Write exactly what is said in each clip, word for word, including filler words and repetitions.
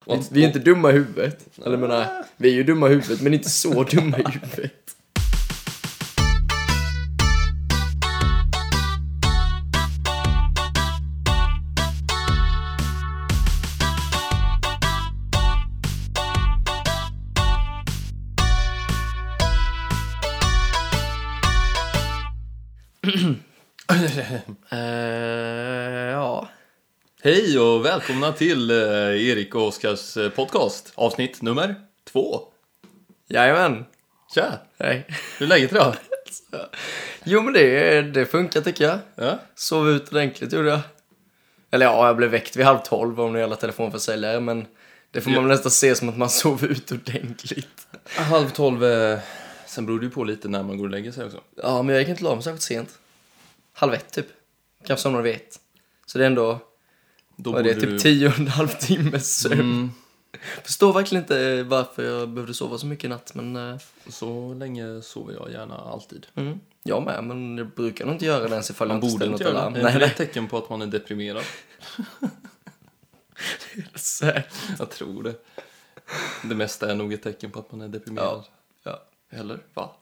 Vi, vi är inte dumma i huvudet. Eller menar, vi är ju dumma i huvudet, men inte så dumma i huvudet. uh, ja. Hej och välkomna till uh, Erik och Oskars uh, podcast. Avsnitt nummer två. Jajamän. Tja. Hej. Hur är läget idag? Jo men det, det funkar tycker jag. Ja. Sov ut ordentligt gjorde jag. Eller ja, jag blev väckt vid halv tolv om det gäller telefonförsäljare. Men det får man ja. nästan se som att man sov ut ordentligt. Halv tolv. Uh, sen beror det ju på lite när man går och lägger sig också. Ja, men jag gick inte la mig särskilt sent. Halv ett typ. Kanske som någon vet. Så det är ändå... Då var det typ du... tio och en halv timme sömn. Mm. Förstår verkligen inte varför jag behövde sova så mycket i natt. Men... Så länge sover jag gärna alltid. Mm. Jag med, men jag brukar nog inte göra det ens ifall man jag inte ställer något alarm. Nej, det är ett tecken på att man är deprimerad. Det är det säkert. Jag tror det. Det mesta är nog ett tecken på att man är deprimerad. Ja. Ja. Eller, va?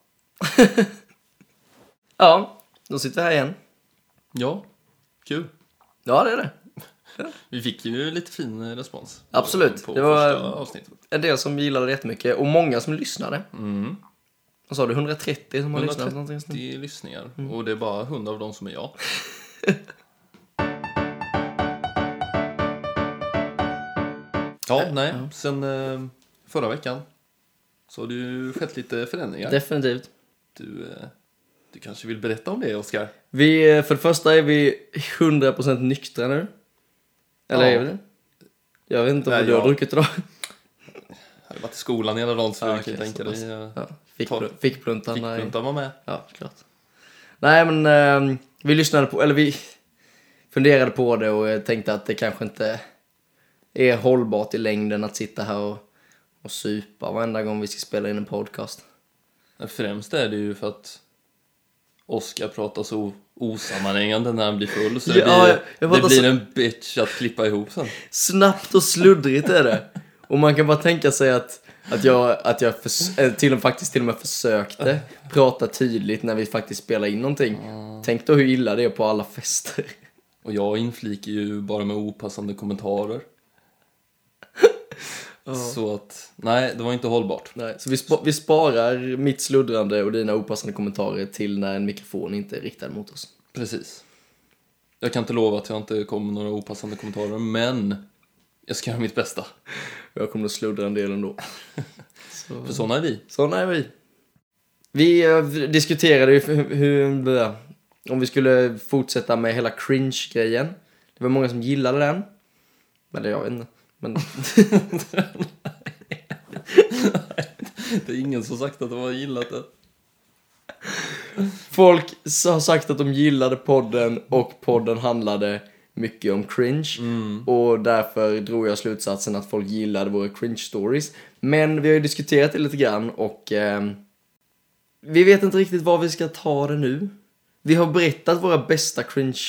Ja, då sitter jag här igen. Ja, kul. Ja, det är det. Vi fick ju lite fin respons. Absolut. På, på det var avsnittet. En del som gillade det jättemycket. Och många som lyssnade. Mm. Vad sa du? hundratrettio som har lyssnat? hundratrettio lyssningar. Mm. Och det är bara hundra av dem som är jag. ja, nej. Ja. Sen eh, förra veckan så har det ju skett lite förändringar. Definitivt. Du, eh, du kanske vill berätta om det, Oskar? Vi, för det första är vi hundra procent nyktra nu. Eller ja. är vi det? Jag vet inte om du har druckit idag. Jag hade varit i skolan hela dagen så ja, jag kan okay, tänka dig. Ja. Fick, fickpluntan. Fickpluntan var med. Ja, klart. Nej, men eh, vi lyssnade på, eller vi funderade på det och jag tänkte att det kanske inte är hållbart i längden att sitta här och, och supa varenda gång vi ska spela in en podcast. Främst är det ju för att Oskar pratar så osammanhängande när han blir full. Så ja, det blir, det blir så... en bitch att klippa ihop sen. Snabbt och sluddrigt är det. Och man kan bara tänka sig att, att jag, att jag förs- till och faktiskt till och med försökte prata tydligt när vi faktiskt spelar in någonting. Mm. Tänk då hur illa det är på alla fester. Och jag inflikar ju bara med opassande kommentarer. Oh. Så att, nej, det var inte hållbart. Nej, så vi, sp- vi sparar mitt sluddrande och dina opassande kommentarer till när en mikrofon inte är riktad mot oss. Precis. Jag kan inte lova att jag inte kommer med några opassande kommentarer, men jag ska göra mitt bästa. Jag kommer att sluddra en del ändå. Så. För såna är vi. Såna är vi. Vi uh, diskuterade ju hur, hur, uh, om vi skulle fortsätta med hela cringe-grejen. Det var många som gillade den. Eller jag vet inte. Men... det är ingen som sagt att de har gillat det. Folk har sagt att de gillade podden och podden handlade mycket om cringe. Mm. Och därför drog jag slutsatsen att folk gillade våra cringe stories. Men vi har ju diskuterat det lite grann och eh, vi vet inte riktigt var vi ska ta det nu. Vi har berättat våra bästa cringe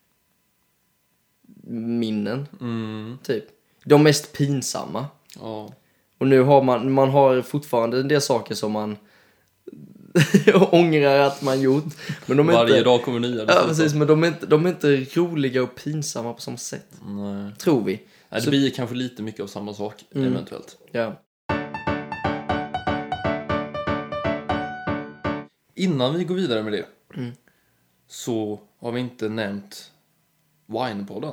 minnen. Mm. Typ. De mest pinsamma. Ja. Och nu har man, man har fortfarande en del saker som man ångrar att man gjort. Men de är Varje inte, dag kommer nya. Ja, precis, men de är, inte, de är inte roliga och pinsamma på samma sätt. Nej. Tror vi. Nej, det Så... blir kanske lite mycket av samma sak, mm. eventuellt. Ja. Innan vi går vidare med det mm. så har vi inte nämnt Winepodden.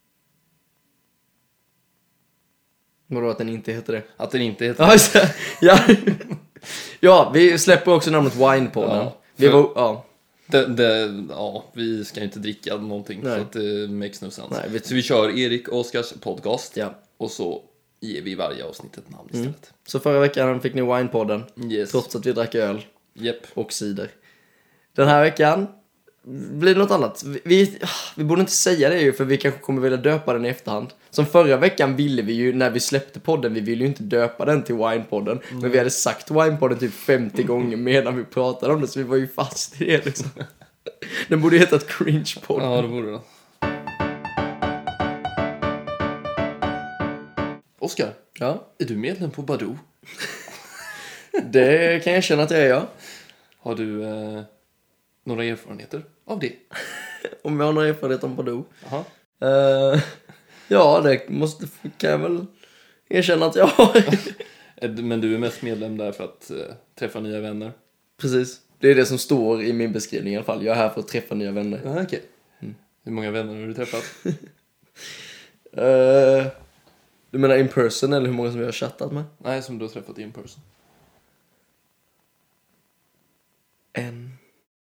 Vadå att den inte heter det? Att den inte heter det. ja. ja, vi släpper också namnet Winepodden. Ja, vi var, ja. Det, det, ja, vi ska inte dricka någonting. Nej. Så att det makes no sense. Nej, vi... Så vi kör Erik och Oskars podcast. Ja. Och så ger vi varje avsnitt ett namn istället. Mm. Så förra veckan fick ni Winepodden. Yes. Trots att vi drack öl. Yep. Och cider. Den här veckan blir det något annat. Vi, vi, vi borde inte säga det ju, för vi kanske kommer vilja döpa den i efterhand. Som förra veckan ville vi ju, när vi släppte podden, vi ville ju inte döpa den till Winepodden. Mm. Men vi hade sagt Winepodden typ femtio gånger medan vi pratade om det, så vi var ju fast i det liksom. Den borde heta ett Cringe-podden. Ja, det borde den. Oskar, Ja. Är du medlem på Badoo? Det kan jag känna att jag är, ja. Har du eh, några erfarenheter av det? Om jag har några erfarenheter om Badoo? Jaha. Uh, ja, det måste, kan jag väl erkänna att jag har. Men du är mest medlem där för att uh, träffa nya vänner? Precis. Det är det som står i min beskrivning i alla fall. Jag är här för att träffa nya vänner. Ah, okej. Okay. Mm. Hur många vänner har du träffat? uh, du menar in person eller hur många som jag har chattat med? Nej, som du har träffat in person. En.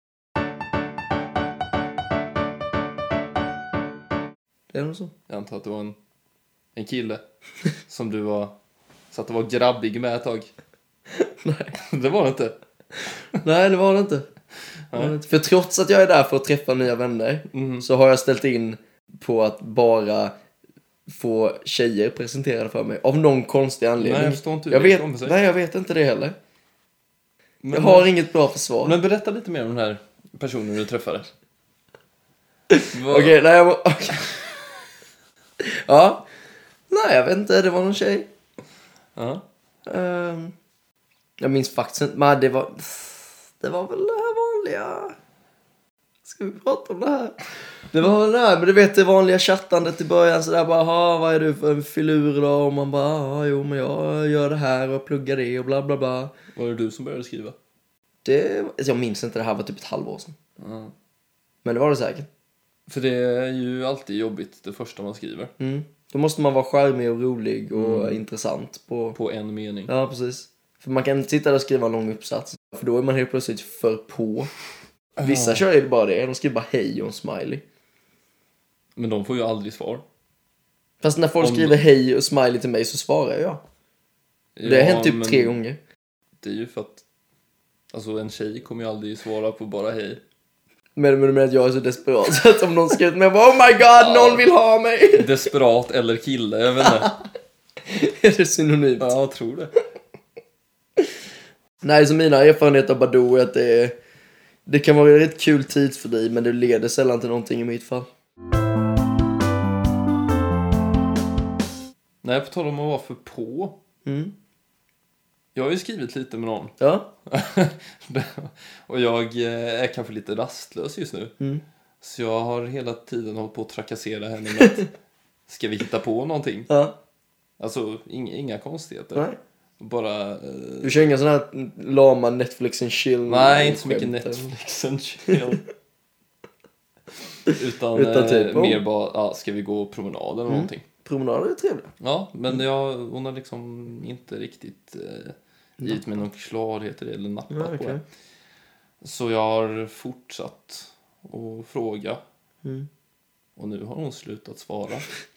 Det är nog så. Jag antar att det var en, en kille som du var så att det var grabbig med ett tag. Nej. Det var det inte. Nej, det var det inte. Nej. Det var inte. För trots att jag är där för att träffa nya vänner mm. så har jag ställt in på att bara få tjejer presenterade för mig. Av någon konstig anledning. Nej, jag förstår inte. Jag vet, nej, jag vet inte det heller. Men, jag har inget bra försvar. Men berätta lite mer om den här personen du träffade. Okej, okay, nej, jag må... okay. Ja. Nej, jag vet inte. Det var någon tjej. Ja. Um, jag minns faktiskt inte. Men det var... Det var väl det här vanliga... Ska vi prata om det här? Det var väl det här. Men du vet det vanliga chattandet i början. Så där bara, ha, vad är du för en filur då? Och man bara, ja, jo, men jag gör det här och pluggar det och bla bla bla. Var det du som började skriva? Det... Jag minns inte. Det här var typ ett halvår sedan. Mm. Men det var det säkert. För det är ju alltid jobbigt det första man skriver. Mm. Då måste man vara charmig och rolig och mm. intressant på... På en mening. Ja, precis. För man kan inte sitta där och skriva en lång uppsats. För då är man helt plötsligt för på. Vissa uh. kör ju bara det. De skriver bara hej och en smiley. Men de får ju aldrig svar. Fast när folk Om... skriver hej och smiley till mig så svarar jag. Ja, det har hänt typ tre gånger. Det är ju för att... Alltså en tjej kommer ju aldrig svara på bara hej. Men du menar att jag är så desperat så att om någon skriver med oh my god, ja, någon vill ha mig. Desperat eller kille, jag vet inte. Är det synonymt? Ja, jag tror det. Nej, så mina erfarenheter av Badoo är att det, är, det kan vara rätt kul tid för dig, men det leder sällan till någonting i mitt fall. Nej, på tal om att vara för på. Mm. Jag har ju skrivit lite med någon. Ja. Och jag är kanske lite rastlös just nu. Mm. Så jag har hela tiden hållit på att trakassera henne med att ska vi hitta på någonting? Ja. Alltså, inga, inga konstigheter. Nej. Bara... Uh... Du kör inga sådana här lama Netflix and chill? Nej, inte så mycket Netflix and chill. Utan, Utan typ, eh, mer bara, ja, ska vi gå promenad eller mm. någonting? Promenader är trevligt. Ja, men jag, hon har liksom inte riktigt eh, givit mig någon klarhet i det eller nappat ja, okay. på det. Så jag har fortsatt att fråga. Mm. Och nu har hon slutat svara.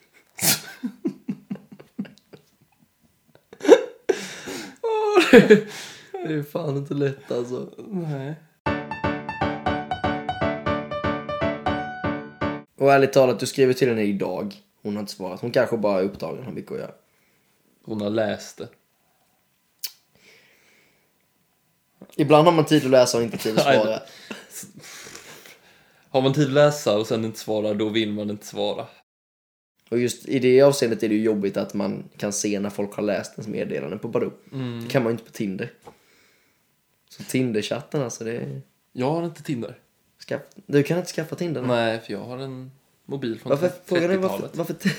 oh, det, det är fan inte lätt alltså. Nej. Och ärligt talat, du skriver till henne idag. Hon har inte svarat. Hon kanske bara är upptagen. Har mycket att göra. Hon har läst det. Ibland har man tid att läsa och inte tid att svara. Har man tid att läsa och sen inte svara, då vill man inte svara. Och just i det avseendet är det ju jobbigt att man kan se när folk har läst ens meddelanden på Badoo. Mm. Det kan man ju inte på Tinder. Så Tinder-chatten alltså, det är... Jag har inte Tinder. Skaff... Du kan inte skaffa Tinder? Nej, nej för jag har en mobil från varför, trettiotalet. Varför... varför...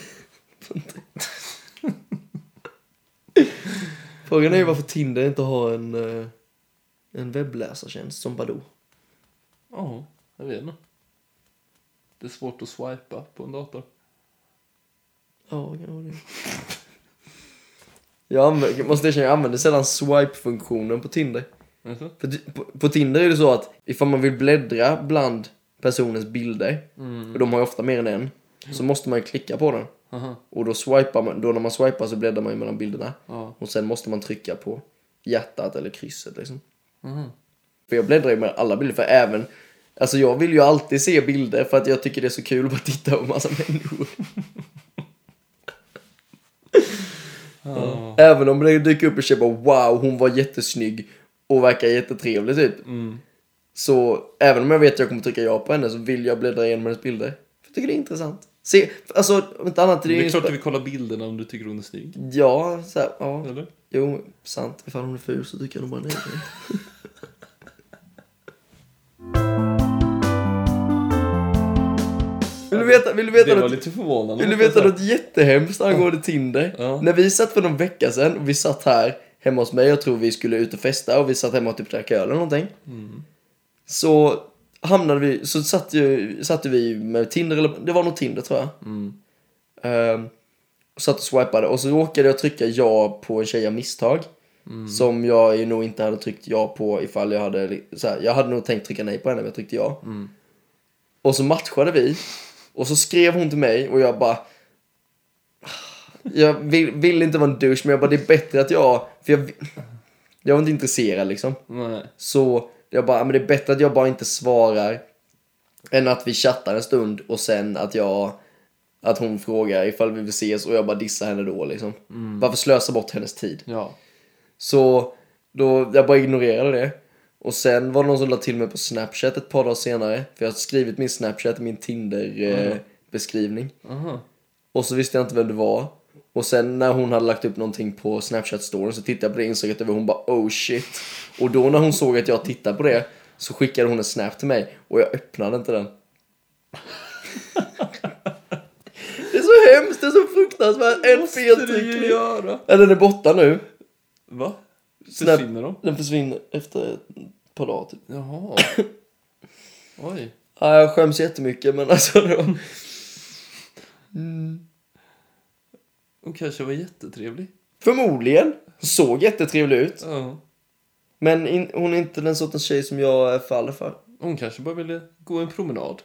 Frågan är ju varför Tinder inte har en, en webbläsartjänst som Badoo. Ja, jag vet inte. Det är svårt att swipa på en dator. Ja, ja det. Jag använder, måste erkänna, jag använder sällan swipe-funktionen på Tinder. Mm. För på, på Tinder är det så att ifall man vill bläddra bland personens bilder, mm. och de har ju ofta mer än en, så måste man ju klicka på den. Uh-huh. Och då swipar man, då när man swipar så bläddrar man ju mellan bilderna. Uh-huh. Och sen måste man trycka på hjärtat eller krysset liksom. Uh-huh. För jag bläddrar ju med alla bilder, för även, alltså jag vill ju alltid se bilder för att jag tycker det är så kul att bara titta på massa människor. uh-huh. Även om det dyker upp och säger bara wow, hon var jättesnygg och verkar jättetrevlig typ. Mm. Så även om jag vet att jag kommer trycka ja på henne så vill jag bläddra igenom hennes bilder. För jag tycker det är intressant. Se, alltså, om inte annat... Det är ju klart sp- att vi kollar bilderna om du tycker hon är snygg. Ja, så här, ja. Eller? Jo, sant. Ifall hon är ful så tycker jag nog bara nej. Vill du veta, vill du veta Det var något, lite förvånande. vill du veta något jättehemskt angående Tinder? Ja. När vi satt för någon vecka sedan och vi satt här hemma hos mig, jag tror vi skulle ut och festa och vi satt hemma och typ drack öl eller någonting. Mm. Så hamnade vi, så satt ju, satt vi med Tinder, eller det var nog Tinder tror jag. Mm. Um, och satt och swipade och så råkade jag trycka ja på en tjej av misstag. Mm. Som jag ju nog inte hade tryckt ja på ifall jag hade så här, jag hade nog tänkt trycka nej på henne men jag tryckte ja. Mm. Och så matchade vi. Och så skrev hon till mig och jag bara jag vill, vill inte vara en douche men jag bara det är bättre att jag för jag jag var inte intresserad liksom. Nej. Så jag bara men det är bättre att jag bara inte svarar än att vi chattar en stund och sen att jag att hon frågar ifall vi vill ses och jag bara dissar henne då liksom. Mm. Varför slösa bort hennes tid? Ja. Så då jag bara ignorerade det. Och sen var det någon som lade till mig på Snapchat ett par dagar senare. För jag hade skrivit min Snapchat i min Tinder-beskrivning. Mm. Aha. Och så visste jag inte vem det var. Och sen när hon hade lagt upp någonting på Snapchat-storyn så tittade jag på det inslaget och hon bara oh shit. Och då när hon såg att jag tittade på det så skickade hon en snap till mig. Och jag öppnade inte den. Det är så hemskt, det är så fruktansvärt. En feltryckning. göra. Ja, den är borta nu. Va? Snap- Försvinner de? Den försvinner efter ett par dagar typ. Jaha. Oj. Ja, jag skäms jättemycket men alltså det var... mm. Hon kanske var jättetrevlig. Förmodligen. Såg jättetrevlig ut. Ja. Men in, hon är inte den sortens tjej som jag faller för. Hon kanske bara ville gå en promenad.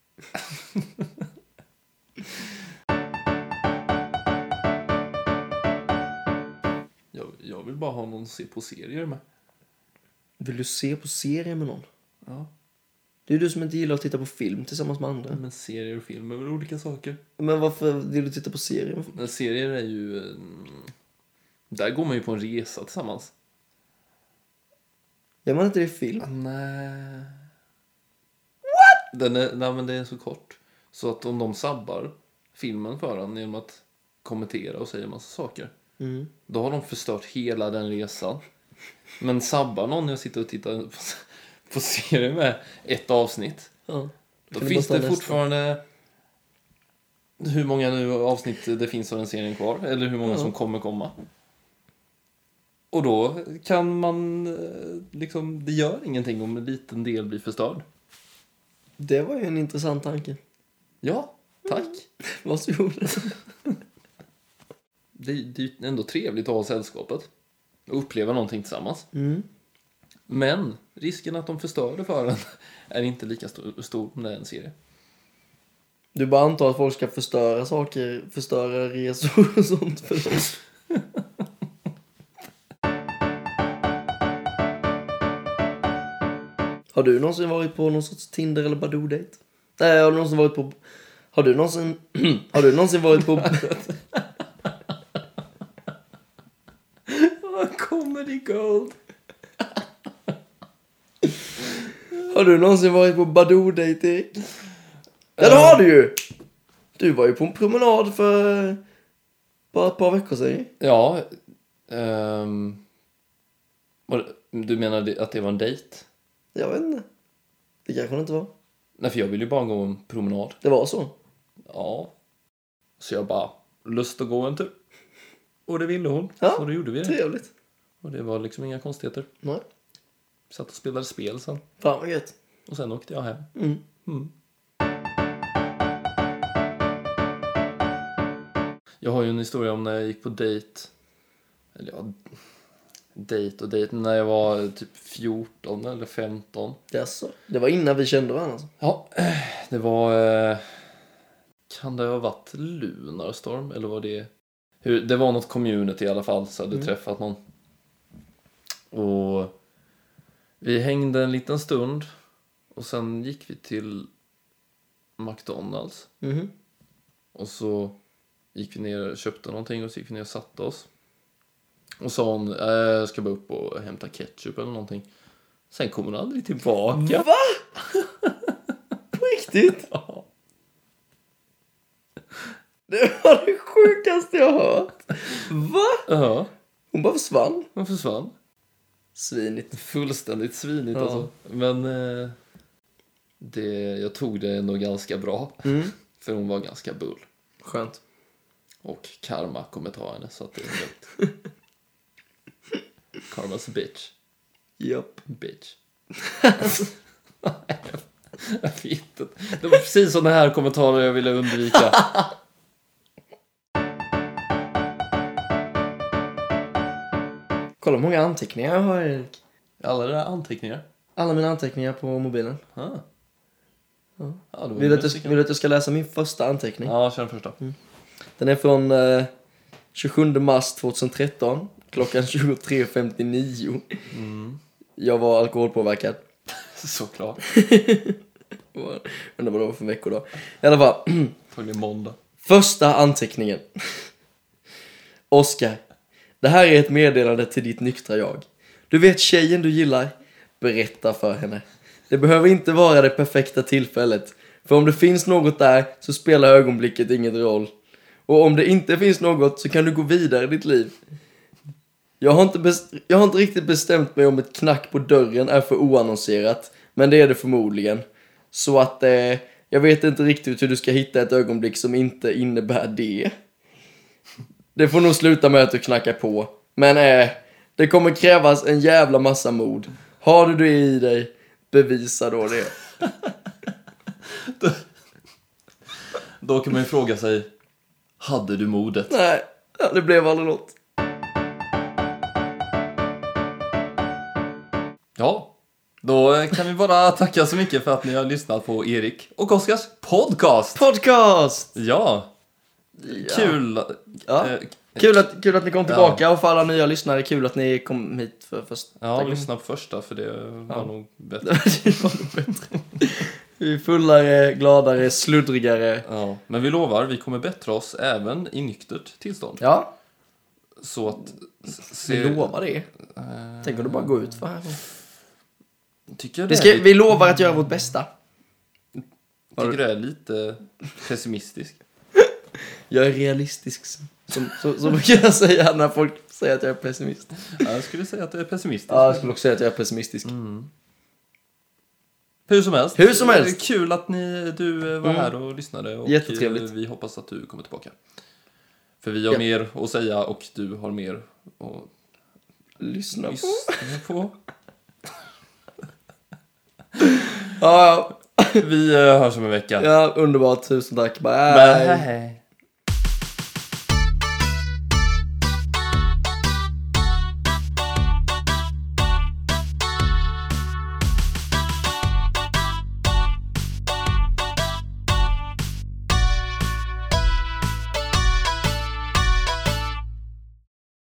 jag, jag vill bara ha någon att se på serier med. Vill du se på serier med någon? Ja. Det är du som inte gillar att titta på film tillsammans med andra. Men serier och film är väl olika saker. Men varför vill du titta på serier med folk? Men serier är ju... mm, Där går man ju på en resa tillsammans. Gör man inte det i film? Nej. What? Den är, nej men det är så kort. Så att om de sabbar filmen för en genom att kommentera och säga massa saker. Mm. Då har de förstört hela den resan. Men sabbar någon när jag sitter och tittar på, på serien med ett avsnitt. Ja. Då Kan du finns bara ta det nästa? fortfarande... Hur många nu avsnitt det finns av den serien kvar. Eller hur många Ja. som kommer komma. Och då kan man... eh, liksom, det gör ingenting om en liten del blir förstörd. Det var ju en intressant tanke. Ja, tack. Varsågod. Det, det är ju ändå trevligt att ha sällskapet. Och uppleva någonting tillsammans. Mm. Men risken att de förstör det för en är inte lika stor, stor om det är en serie. Du bara antar att folk ska förstöra saker, förstöra resor och sånt för dem. Har du någonsin varit på någon sorts Tinder eller Badoo-date? Nej, har du någonsin varit på... Har du någonsin... har du någonsin varit på... Comedy gold. har du någonsin varit på Badoo-date, Erik? Ja, det har du ju! Du var ju på en promenad för bara ett par veckor sedan. Ja. Um, du menar det- att det var en dejt? Jag vet inte. Det kanske det inte var. Nej, för jag ville ju bara gå en promenad. Det var så. Ja. Så jag bara, lust att gå en tur. Och det ville hon. Ja, Så då gjorde vi det. Trevligt. Och det var liksom inga konstigheter. Nej. Satt och spelade spel sen. Fan vad gött. Och sen åkte jag hem. Mm. Mm. Jag har ju en historia om när jag gick på dejt. Eller ja, dejt och dejt. När jag var typ fjorton eller femton. Jaså. Det var innan vi kände varandra. Alltså. Ja, det var... Eh, kan det ha varit Lunarstorm? Eller var det... Hur, det var något community i alla fall. Så hade Mm. träffat någon. Och vi hängde en liten stund. Och sen gick vi till McDonalds. Mhm. Och så gick vi ner och köpte någonting. Och så gick vi ner och satte oss. Och sa hon, äh, jag ska bara upp och hämta ketchup eller någonting. Sen kom hon aldrig tillbaka. Va? På riktigt? Ja. Det var det sjukaste jag hört. Va? Ja, Hon bara försvann. hon försvann. Svinigt. Fullständigt svinigt Ja. alltså. Men eh, det, jag tog det nog ganska bra. Mm. För hon var ganska bull. Skönt. Och karma kommer ta henne så att det är lugnt. Karmas bitch. Japp. Bitch. Jag vet inte. Det var precis sådana här kommentarer jag ville undvika. Kolla hur många anteckningar jag har, Erik. Alla där anteckningar. Alla mina anteckningar på mobilen. Ah. Ja. Ja, det var Vill du, att musiken. jag, vill du att jag ska läsa min första anteckning? Ja, kör den första. Den är från eh, tjugosjunde mars tjugohundratretton. Klockan tjugotre femtionio. Mm. Jag var alkoholpåverkad. Såklart. Undrar vad det var för veckor då. I alla fall. Tog det måndag. Första anteckningen. Oskar. Det här är ett meddelande till ditt nyktra jag. Du vet tjejen du gillar? Berätta för henne. Det behöver inte vara det perfekta tillfället. För om det finns något där så spelar ögonblicket ingen roll. Och om det inte finns något så kan du gå vidare i ditt liv. Jag har inte, bes- jag har inte riktigt bestämt mig om ett knack på dörren är för oannonserat. Men det är det förmodligen. Så att eh, jag vet inte riktigt hur du ska hitta ett ögonblick som inte innebär det. Det får nog sluta med att du knackar på. Men eh, det kommer krävas en jävla massa mod. Har du det i dig, bevisa då det. Då kan man ju fråga sig, hade du modet? Nej, ja, det blev aldrig något. Ja, då kan vi bara tacka så mycket för att ni har lyssnat på Erik och Oskars podcast. Podcast! Ja, Ja. kul. Ja. Eh, Kul att, kul att ni kom tillbaka och för alla nya lyssnare, kul att ni kom hit för första Ja, gången. lyssna på första för det var Ja. nog bättre. Det var nog bättre. Vi är fullare, gladare, sluddrigare. Ja, men vi lovar, vi kommer bättra oss även i nyktert tillstånd. Ja, Så att... vi lovar det. Eh, Tänk om du bara går ut för här. Tycker jag Vi, det ska, är, vi lovar att göra vårt bästa. tycker det är lite pessimistisk. Jag är realistisk. Som, så, så brukar jag säga när folk säger att jag är pessimist. Ja, jag skulle säga att det är pessimistisk. Ja, jag skulle också säga att jag är pessimistisk. Mm. Hur som helst. Hur som helst. Det är kul att ni, du var Mm. här och lyssnade. Och Jättetrevligt. vi hoppas att du kommer tillbaka. För vi har Ja. mer att säga och du har mer att Lyssna på. lyssna på. Ja, Vi eh, hörs om en vecka. ja, underbart. Tusen tack. Bye. Bye.